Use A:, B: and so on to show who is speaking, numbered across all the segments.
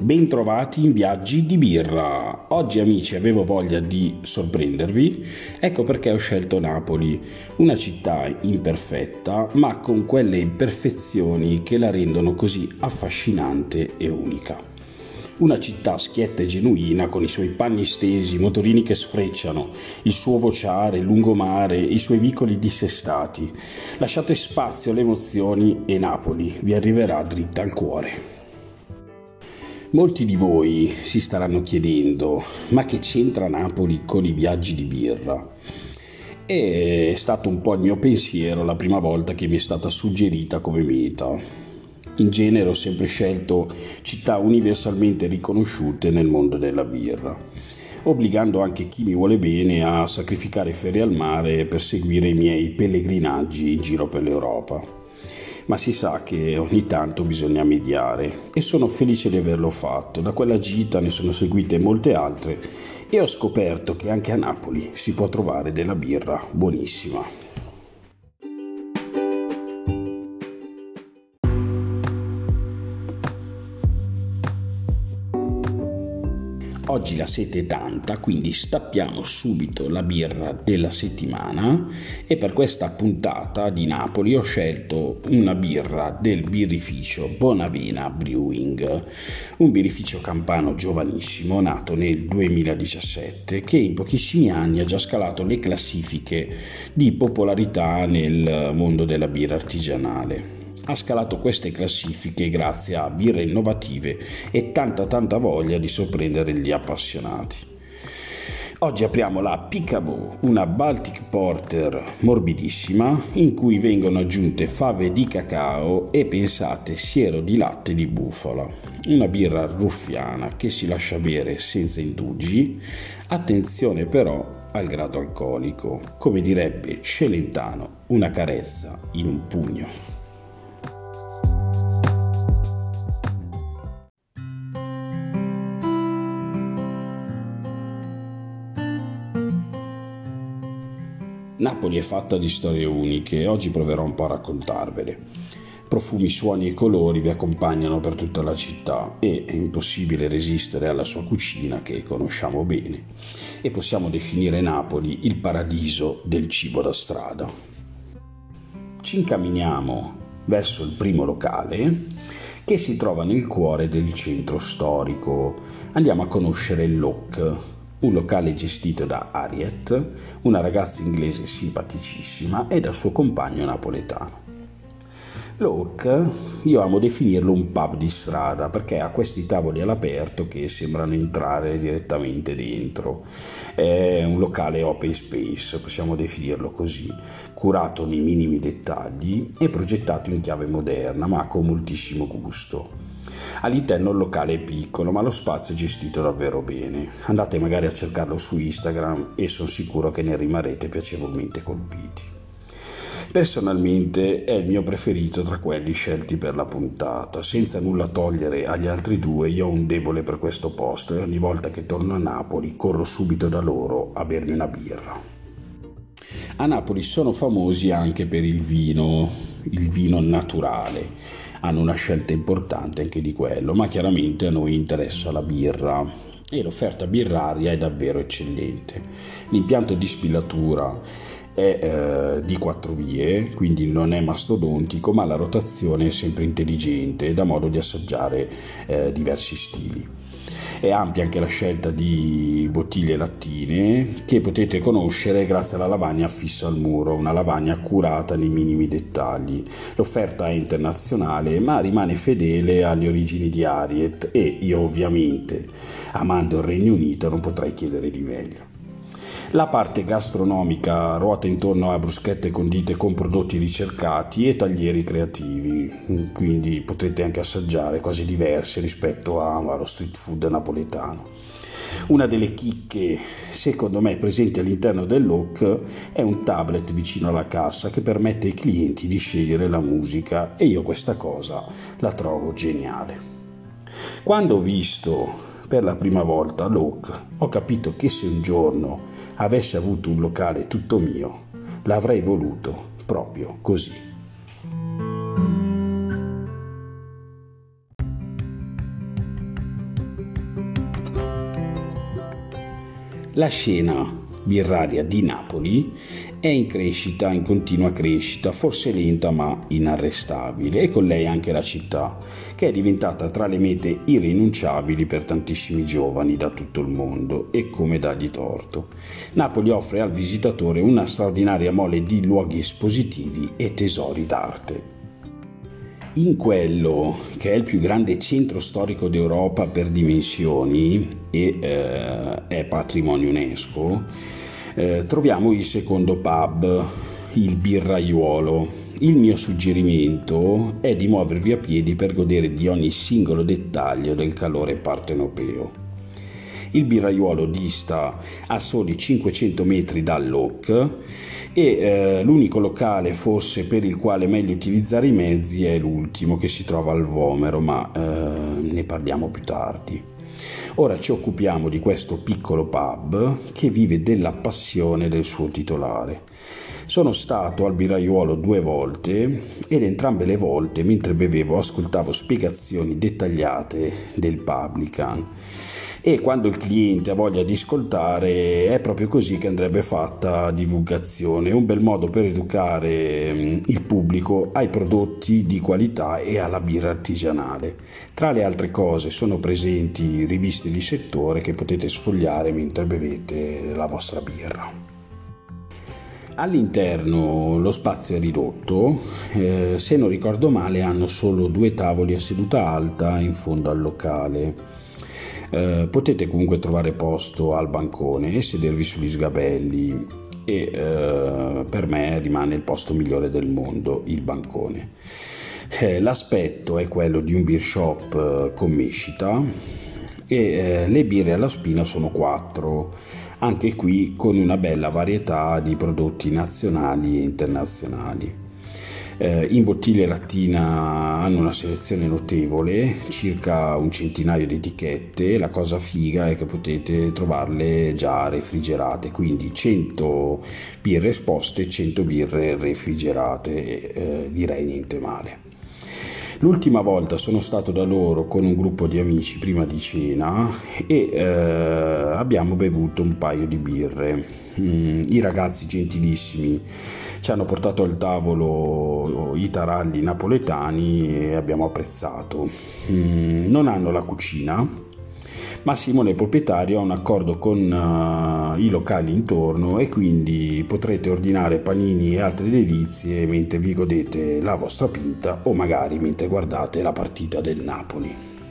A: Bentrovati in Viaggi di Birra. Oggi amici avevo voglia di sorprendervi, ecco perché ho scelto Napoli, una città imperfetta ma con quelle imperfezioni che la rendono così affascinante e unica. Una città schietta e genuina con i suoi panni stesi, i motorini che sfrecciano, il suo vociare, il lungomare, i suoi vicoli dissestati. Lasciate spazio alle emozioni e Napoli vi arriverà dritta al cuore. Molti di voi si staranno chiedendo: ma che c'entra Napoli con i viaggi di birra? È stato un po' il mio pensiero la prima volta che mi è stata suggerita come meta. In genere ho sempre scelto città universalmente riconosciute nel mondo della birra, obbligando anche chi mi vuole bene a sacrificare ferie al mare per seguire i miei pellegrinaggi in giro per l'Europa. Ma si sa che ogni tanto bisogna mediare e sono felice di averlo fatto. Da quella gita ne sono seguite molte altre e ho scoperto che anche a Napoli si può trovare della birra buonissima. Oggi la sete è tanta, quindi stappiamo subito la birra della settimana e per questa puntata di Napoli ho scelto una birra del birrificio Bonavena Brewing, un birrificio campano giovanissimo nato nel 2017 che in pochissimi anni ha già scalato le classifiche di popolarità nel mondo della birra artigianale. Ha scalato queste classifiche grazie a birre innovative e tanta voglia di sorprendere gli appassionati. Oggi apriamo la Picabo, una Baltic Porter morbidissima in cui vengono aggiunte fave di cacao e pensate siero di latte di bufala. Una birra ruffiana che si lascia bere senza indugi, attenzione però al grado alcolico, come direbbe Celentano, una carezza in un pugno. Napoli è fatta di storie uniche e oggi proverò un po' a raccontarvele. Profumi, suoni e colori vi accompagnano per tutta la città e è impossibile resistere alla sua cucina che conosciamo bene e possiamo definire Napoli il paradiso del cibo da strada. Ci incamminiamo verso il primo locale che si trova nel cuore del centro storico. Andiamo a conoscere l'Oak, un locale gestito da Harriet, una ragazza inglese simpaticissima, e dal suo compagno napoletano. L'Oak, io amo definirlo un pub di strada perché ha questi tavoli all'aperto che sembrano entrare direttamente dentro. È un locale open space, possiamo definirlo così, curato nei minimi dettagli e progettato in chiave moderna ma con moltissimo gusto. All'interno il locale è piccolo ma lo spazio è gestito davvero bene. Andate magari a cercarlo su Instagram e sono sicuro che ne rimarrete piacevolmente colpiti. Personalmente è il mio preferito tra quelli scelti per la puntata. Senza nulla togliere agli altri due, io ho un debole per questo posto e ogni volta che torno a Napoli corro subito da loro a bermi una birra. A Napoli sono famosi anche per il vino naturale. Hanno una scelta importante anche di quello, ma chiaramente a noi interessa la birra e l'offerta birraria è davvero eccellente. L'impianto di distillatura è di 4 vie, quindi non è mastodontico, ma la rotazione è sempre intelligente e dà modo di assaggiare diversi stili. È ampia anche la scelta di bottiglie lattine che potete conoscere grazie alla lavagna affissa al muro, una lavagna curata nei minimi dettagli. L'offerta è internazionale ma rimane fedele alle origini di Harriet e io ovviamente, amando il Regno Unito, non potrei chiedere di meglio. La parte gastronomica ruota intorno a bruschette condite con prodotti ricercati e taglieri creativi, quindi potrete anche assaggiare cose diverse rispetto allo street food napoletano. Una delle chicche, secondo me, presenti all'interno dell'Oak è un tablet vicino alla cassa che permette ai clienti di scegliere la musica e io questa cosa la trovo geniale. Quando ho visto per la prima volta l'Oak, ho capito che se un giorno avessi avuto un locale tutto mio, l'avrei voluto proprio così. La scena birraria di Napoli è in crescita, in continua crescita, forse lenta ma inarrestabile, e con lei anche la città, che è diventata tra le mete irrinunciabili per tantissimi giovani da tutto il mondo, e come dargli torto. Napoli offre al visitatore una straordinaria mole di luoghi espositivi e tesori d'arte. In quello che è il più grande centro storico d'Europa per dimensioni e è patrimonio UNESCO, troviamo il secondo pub, il Birraiuolo. Il mio suggerimento è di muovervi a piedi per godere di ogni singolo dettaglio del calore partenopeo. Il Birraiuolo dista a soli 500 metri dal Loc e l'unico locale forse per il quale è meglio utilizzare i mezzi è l'ultimo, che si trova al Vomero, ma ne parliamo più tardi. Ora ci occupiamo di questo piccolo pub che vive della passione del suo titolare. Sono stato al Birraiuolo 2 volte ed entrambe le volte, mentre bevevo, ascoltavo spiegazioni dettagliate del publican. E quando il cliente ha voglia di ascoltare è proprio così che andrebbe fatta divulgazione, un bel modo per educare il pubblico ai prodotti di qualità e alla birra artigianale. Tra le altre cose sono presenti riviste di settore che potete sfogliare mentre bevete la vostra birra. All'interno lo spazio è ridotto, se non ricordo male hanno solo 2 tavoli a seduta alta in fondo al locale. Potete comunque trovare posto al bancone e sedervi sugli sgabelli e per me rimane il posto migliore del mondo, il bancone. L'aspetto è quello di un beer shop con mescita e le birre alla spina sono 4, anche qui con una bella varietà di prodotti nazionali e internazionali. In bottiglia lattina hanno una selezione notevole, circa un centinaio di etichette. La cosa figa è che potete trovarle già refrigerate, quindi 100 birre esposte, 100 birre refrigerate, direi niente male. L'ultima volta sono stato da loro con un gruppo di amici prima di cena e abbiamo bevuto un paio di birre. I ragazzi gentilissimi ci hanno portato al tavolo i taralli napoletani e abbiamo apprezzato. Non hanno la cucina, ma Simone proprietario ha un accordo con i locali intorno e quindi potrete ordinare panini e altre delizie mentre vi godete la vostra pinta o magari mentre guardate la partita del Napoli.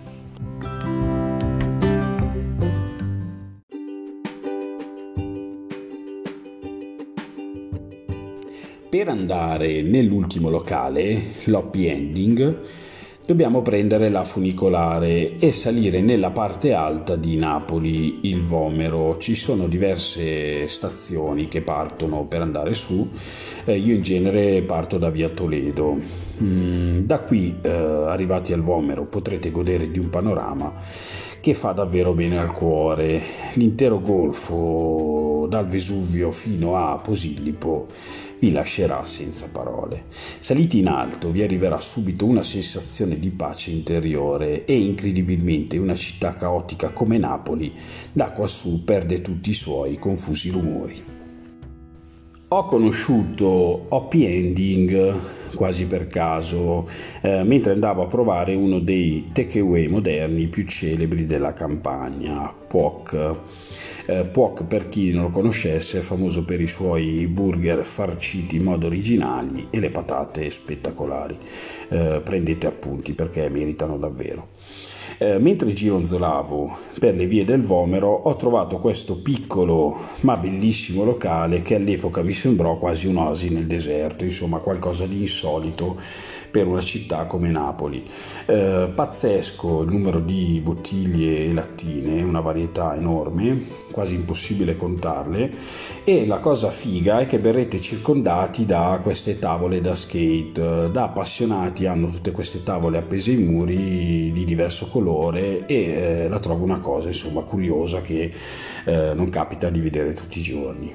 A: Per andare nell'ultimo locale, l'Happy Ending, dobbiamo prendere la funicolare e salire nella parte alta di Napoli, il Vomero. Ci sono diverse stazioni che partono per andare su, io in genere parto da via Toledo. Da qui, arrivati al Vomero, potrete godere di un panorama che fa davvero bene al cuore. L'intero golfo dal Vesuvio fino a Posillipo vi lascerà senza parole. Saliti in alto vi arriverà subito una sensazione di pace interiore e incredibilmente una città caotica come Napoli da quassù perde tutti i suoi confusi rumori. Ho conosciuto Happy Ending quasi per caso mentre andavo a provare uno dei takeaway moderni più celebri della campagna, Puok. Puok, per chi non lo conoscesse, è famoso per i suoi burger farciti in modo originali e le patate spettacolari. Prendete appunti perché meritano davvero. Mentre gironzolavo per le vie del Vomero ho trovato questo piccolo ma bellissimo locale che all'epoca mi sembrò quasi un'oasi nel deserto, insomma qualcosa di insolito per una città come Napoli. Pazzesco il numero di bottiglie e lattine, una varietà enorme, quasi impossibile contarle, e la cosa figa è che verrete circondati da queste tavole da skate. Da appassionati hanno tutte queste tavole appese ai muri di diverso colore e la trovo una cosa insomma curiosa che non capita di vedere tutti i giorni.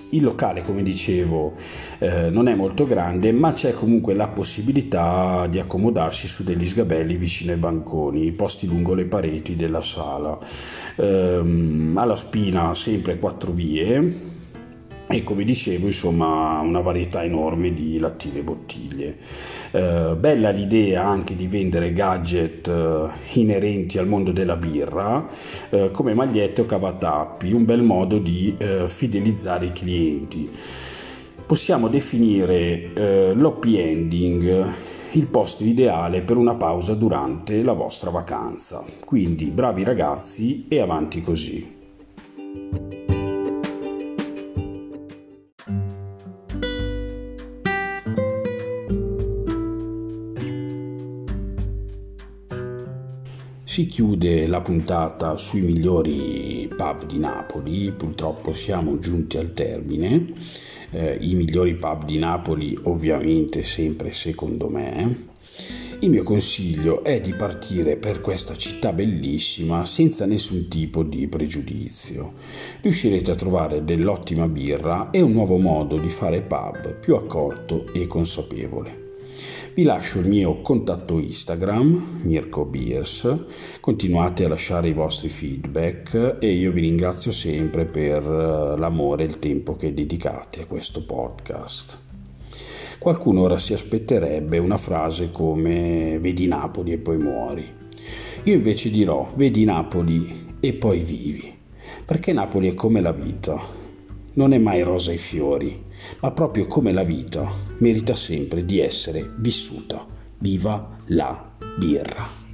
A: Il locale, come dicevo, non è molto grande, ma c'è comunque la possibilità di accomodarsi su degli sgabelli vicino ai banconi, posti lungo le pareti della sala. Alla spina sempre 4 vie e, come dicevo, insomma, una varietà enorme di lattine e bottiglie. Bella l'idea anche di vendere gadget inerenti al mondo della birra, come magliette o cavatappi, un bel modo di fidelizzare i clienti. Possiamo definire l'happy ending il posto ideale per una pausa durante la vostra vacanza. Quindi bravi ragazzi e avanti così. Si chiude la puntata sui migliori pub di Napoli, purtroppo siamo giunti al termine. I migliori pub di Napoli ovviamente sempre secondo me. Il mio consiglio è di partire per questa città bellissima senza nessun tipo di pregiudizio. Riuscirete a trovare dell'ottima birra e un nuovo modo di fare pub più accorto e consapevole. Vi lascio il mio contatto Instagram, Mirko Beers, continuate a lasciare i vostri feedback e io vi ringrazio sempre per l'amore e il tempo che dedicate a questo podcast. Qualcuno ora si aspetterebbe una frase come vedi Napoli e poi muori. Io invece dirò vedi Napoli e poi vivi, perché Napoli è come la vita. Non è mai rosa ai fiori, ma proprio come la vita merita sempre di essere vissuta. Viva la birra!